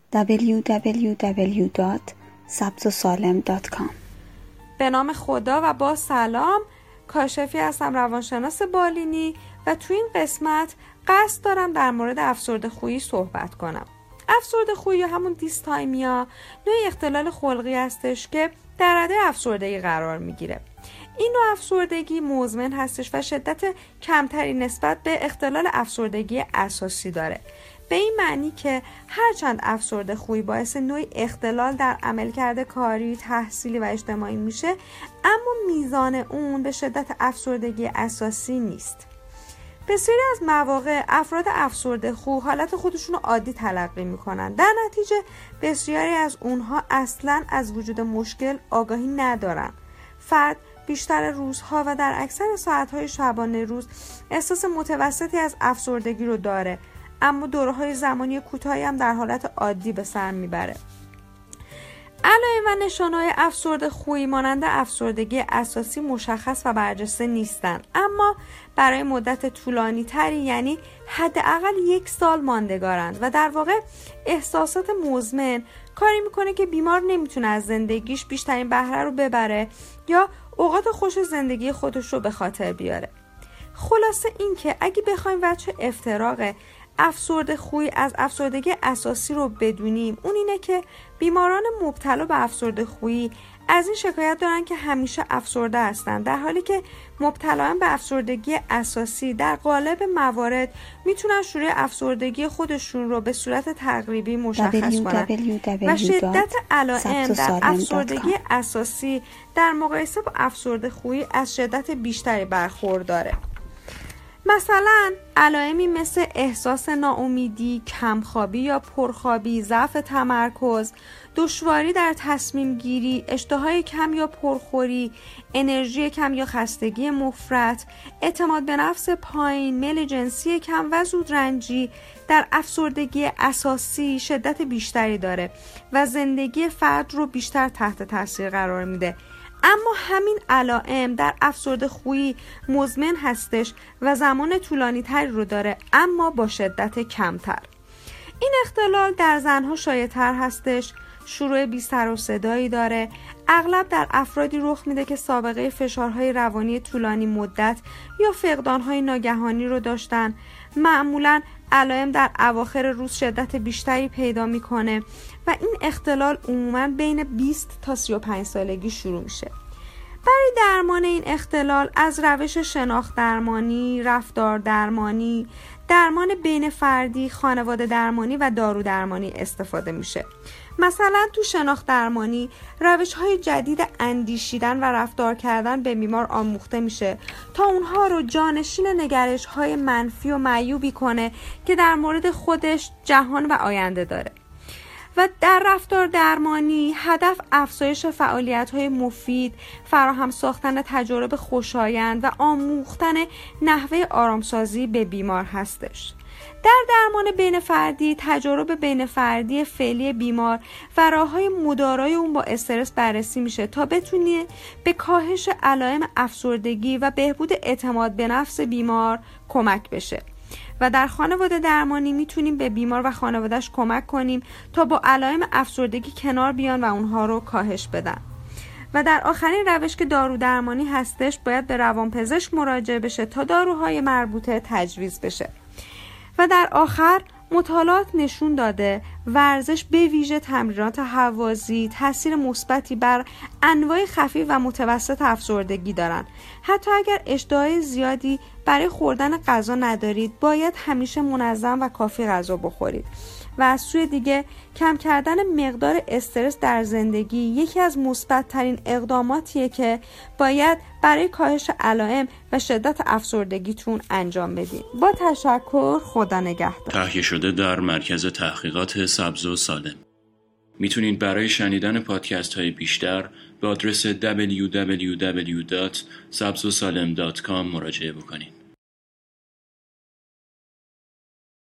www.sabzosalem.com. به نام خدا و با سلام. کاشفی هستم، روانشناس بالینی، و تو این قسمت قصد دارم در مورد افسرده خویی صحبت کنم. افسرده خویی یا همون دیستایمیا نوعی اختلال خلقی هستش که در رده افسردگی قرار میگیره. این نوع افسردگی مزمن هستش و شدت کمتری نسبت به اختلال افسردگی اساسی داره. به این معنی که هرچند افسرده خویی باعث نوعی اختلال در عملکرد کاری، تحصیلی و اجتماعی میشه، اما میزان اون به شدت افسردگی اساسی نیست. بسیاری از مواقع افراد افسرده خو حالت خودشون رو عادی تلقی میکنن. در نتیجه بسیاری از اونها اصلاً از وجود مشکل آگاهی ندارن. فرد بیشتر روزها و در اکثر ساعتهای شبانه روز احساس متوسطی از افسردگی رو داره، اما دوره‌های زمانی کوتاهی هم در حالت عادی به سر میبره. علائم و نشانه‌های افسرده خویی مانند افسردگی اساسی مشخص و برجسته نیستند، اما برای مدت طولانی تری، یعنی حداقل 1 سال ماندگارند و در واقع احساسات مزمن کاری میکنه که بیمار نمیتونه از زندگیش بیشترین بهره رو ببره یا اوقات خوش زندگی خودش رو به خاطر بیاره. خلاصه این که اگه بخوایم وجه افتراق افسرده خویی از افسردگی اساسی رو بدونیم، اون اینه که بیماران مبتلا به افسرده خویی از این شکایت دارن که همیشه افسرده هستن، در حالی که مبتلایان به افسردگی اساسی در قالب موارد میتونن شروع افسردگی خودشون رو به صورت تقریبی مشخص کنن و شدت علائم در افسردگی اساسی در مقایسه با افسرده خویی از شدت بیشتری برخورداره. مثلا علائمی مثل احساس ناامیدی، کمخوابی یا پرخوابی، ضعف تمرکز، دشواری در تصمیم گیری، اشتهای کم یا پرخوری، انرژی کم یا خستگی مفرط، اعتماد به نفس پایین، میل جنسی کم و زودرنجی در افسردگی اساسی شدت بیشتری داره و زندگی فرد رو بیشتر تحت تاثیر قرار میده. اما همین علائم در افسرده خویی مزمن هستش و زمان طولانی تری رو داره، اما با شدت کمتر. این اختلال در زنها شایع‌تر هستش، شروع بی سر و صدایی داره، اغلب در افرادی رخ میده که سابقه فشارهای روانی طولانی مدت یا فقدانهای ناگهانی رو داشتن. معمولاً علائم در اواخر روز شدت بیشتری پیدا میکنه و این اختلال عموماً بین 20 تا 35 سالگی شروع میشه. برای درمان این اختلال از روش شناخت درمانی، رفتار درمانی، درمان بین فردی، خانواده درمانی و دارو درمانی استفاده میشه. مثلا تو شناخت درمانی روش‌های جدید اندیشیدن و رفتار کردن به بیمار آموخته میشه تا اونها رو جانشین نگرش‌های منفی و معیوبی کنه که در مورد خودش، جهان و آینده داره. و در رفتار درمانی هدف افزایش فعالیت‌های مفید، فراهم ساختن تجارب خوشایند و آموختن نحوه آرامسازی به بیمار هستش. در درمان بین فردی، تجارب بین فردی فعلی بیمار و راه‌های مدارای اون با استرس بررسی میشه تا بتونه به کاهش علائم افسردگی و بهبود اعتماد به نفس بیمار کمک بشه. و در خانواده درمانی میتونیم به بیمار و خانواده‌اش کمک کنیم تا با علائم افسردگی کنار بیان و اونها رو کاهش بدن. و در آخرین روش که دارو درمانی هستش، باید به روانپزشک مراجعه بشه تا داروهای مربوطه تجویز بشه. و در آخر مطالعات نشون داده ورزش به ویژه تمرینات هوازی تاثیر مثبتی بر انواع خفیف و متوسط افسردگی دارن. حتی اگر اشتهای زیادی برای خوردن غذا ندارید، باید همیشه منظم و کافی غذا بخورید. و از سوی دیگه کم کردن مقدار استرس در زندگی یکی از مثبت ترین اقداماتیه که باید برای کاهش علائم و شدت افسردگیتون انجام بدین. با تشکر، خدا نگهدار. تهیه شده در مرکز تحقیقات سبز و سالم. میتونید برای شنیدن پادکست های بیشتر به آدرس www.sabzosalem.com مراجعه بکنید.